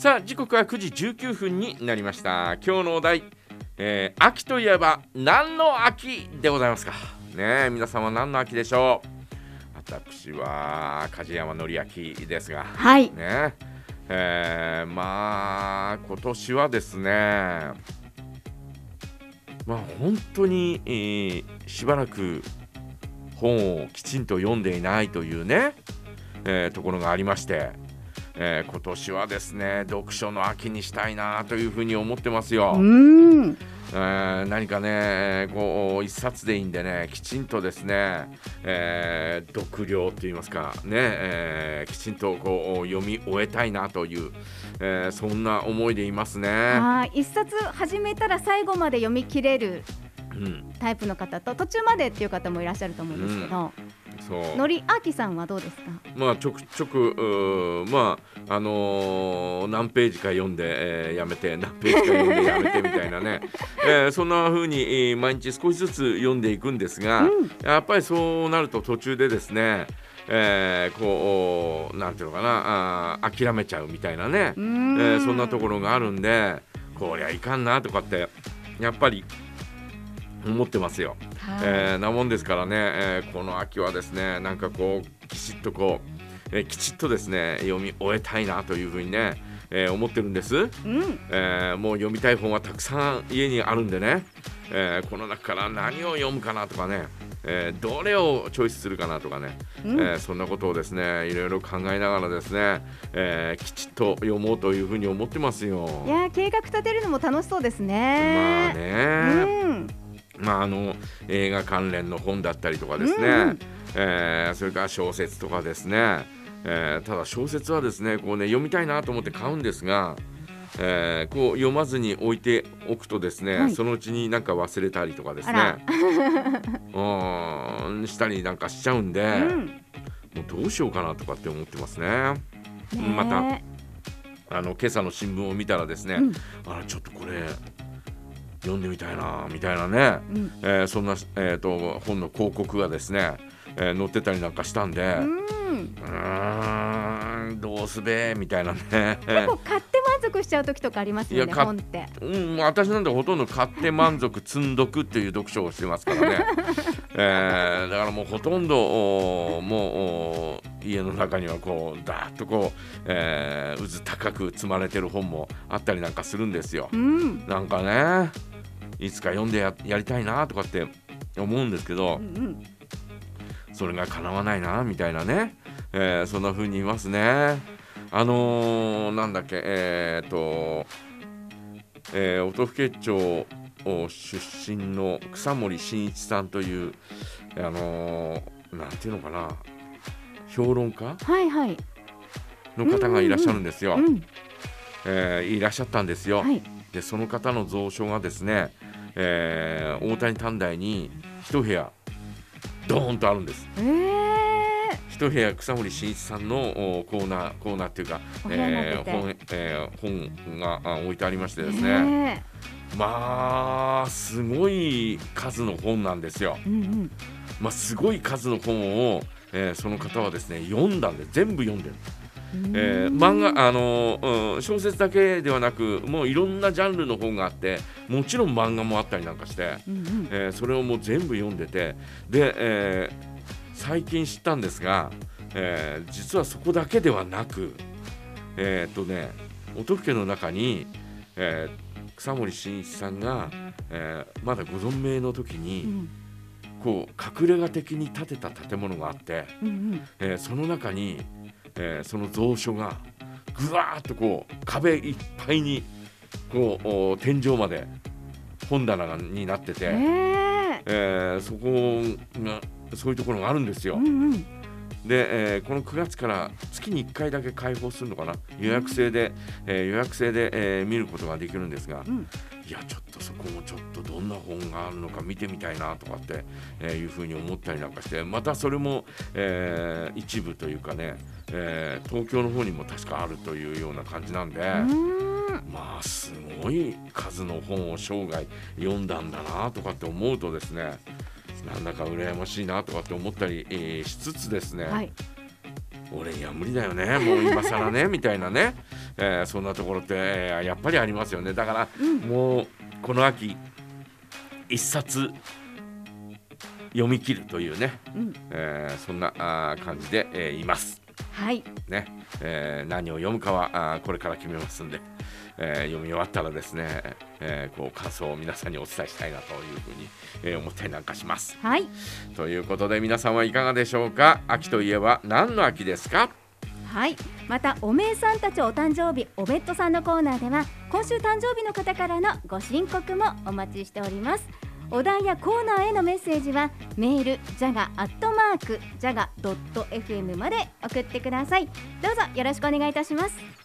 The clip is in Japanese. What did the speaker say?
さあ時刻は9時19分になりました。今日のお題、秋といえば何の秋でございますかね。皆さんは何の秋でしょう。私は梶山紀明ですが、 はいね、まあ今年はですね、まあ本当に、しばらく本をきちんと読んでいないというね、ところがありまして、今年はですね読書の秋にしたいなというふうに思ってますよ。何かねこう一冊でいいんでねきちんとですね、読了といいますかね、きちんとこう読み終えたいなという、そんな思いでいますね。 一冊始めたら最後まで読み切れるタイプの方と途中までっていう方もいらっしゃると思うんですけど、のりあきさんはどうですか。 まあちょくちょく何ページか読んで、やめて何ページか読んでやめてみたいなね、そんな風に、毎日少しずつ読んでいくんですが、やっぱりそうなると途中でですね、こうなんていうのかな諦めちゃうみたいなね、そんなところがあるんでこりゃいかんなとかってやっぱり思ってますよ。なもんですからね、この秋はですねなんかこうきちっとこう、きちっとですね読み終えたいなというふうにね、思ってるんです、もう読みたい本はたくさん家にあるんでね、この中から何を読むかなとかね、どれをチョイスするかなとかね、そんなことをですねいろいろ考えながらですね、きちっと読もうというふうに思ってますよ。 いや計画立てるのも楽しそうですね。 まあね、映画関連の本だったりとかですね、それから小説とかですね、ただ小説はですねこうね読みたいなと思って買うんですが、こう読まずに置いておくとですね、そのうちになんか忘れたりとかですねしたりなんかしちゃうんで、もうどうしようかなとかって思ってますね。また今朝の新聞を見たらですね、ちょっとこれ読んでみたいなみたいなね、そんな、本の広告がですね、載ってたりなんかしたんで、どうすべみたいなね。 結構買って満足しちゃう時とかありますよね、本って。 私なんてほとんど買って満足積んどくっていう読書をしてますからね、だからもうほとんどもう家の中にはこうダーッとこう、渦高く積まれてる本もあったりなんかするんですよ。なんかねいつか読んで やりたいなとかって思うんですけど、それが叶わないなみたいなね、そんな風に言いますね。なんだっけ音更町出身の草森真一さんというなんていうのかな評論家、の方がいらっしゃるんですよ。いらっしゃったんですよ。でその方の蔵書がですね、大谷短大に一部屋ドーンとあるんです。一部屋草森真一さんのコーナーっていうか、本が置いてありましてですね、まあすごい数の本なんですよ。すごい数の本を、その方はですね読んだんで全部読んでる。漫画小説だけではなくもういろんなジャンルの本があってもちろん漫画もあったりなんかして、それをもう全部読んでてで、最近知ったんですが、実はそこだけではなく音更の中に、草森真一さんが、まだご存命の時に、こう隠れ家的に建てた建物があって、その中にその蔵書がぐわーっとこう壁いっぱいにこう天井まで本棚になってて、そこがそういうところがあるんですよ。で、この9月から月に1回だけ開放するのかな、予約制で、見ることができるんですが、いやちょっとそこもちょっとどんな本があるのか見てみたいなとかって、いうふうに思ったりなんかして、またそれも、一部というかね、東京の方にも確かあるというような感じなんで、まあすごい数の本を生涯読んだんだなとかって思うとですね、なんだか羨ましいなとかって思ったり、しつつですね、俺には無理だよねもう今更ねみたいなね、 そんなところって、やっぱりありますよね。だから、もうこの秋一冊読み切るというね、そんな感じで、います。 はいね、何を読むかはこれから決めますんで、読み終わったらですね、こう感想を皆さんにお伝えしたいなというふうに、思ったりなんかします。 はい、 ということで皆さんはいかがでしょうか。秋といえば何の秋ですか。 はい、またおめえさんたちお誕生日おべっとさんのコーナーでは今週誕生日の方からのご申告もお待ちしております。お題やコーナーへのメッセージはメールjaga@jaga.fm まで送ってください。どうぞよろしくお願いいたします。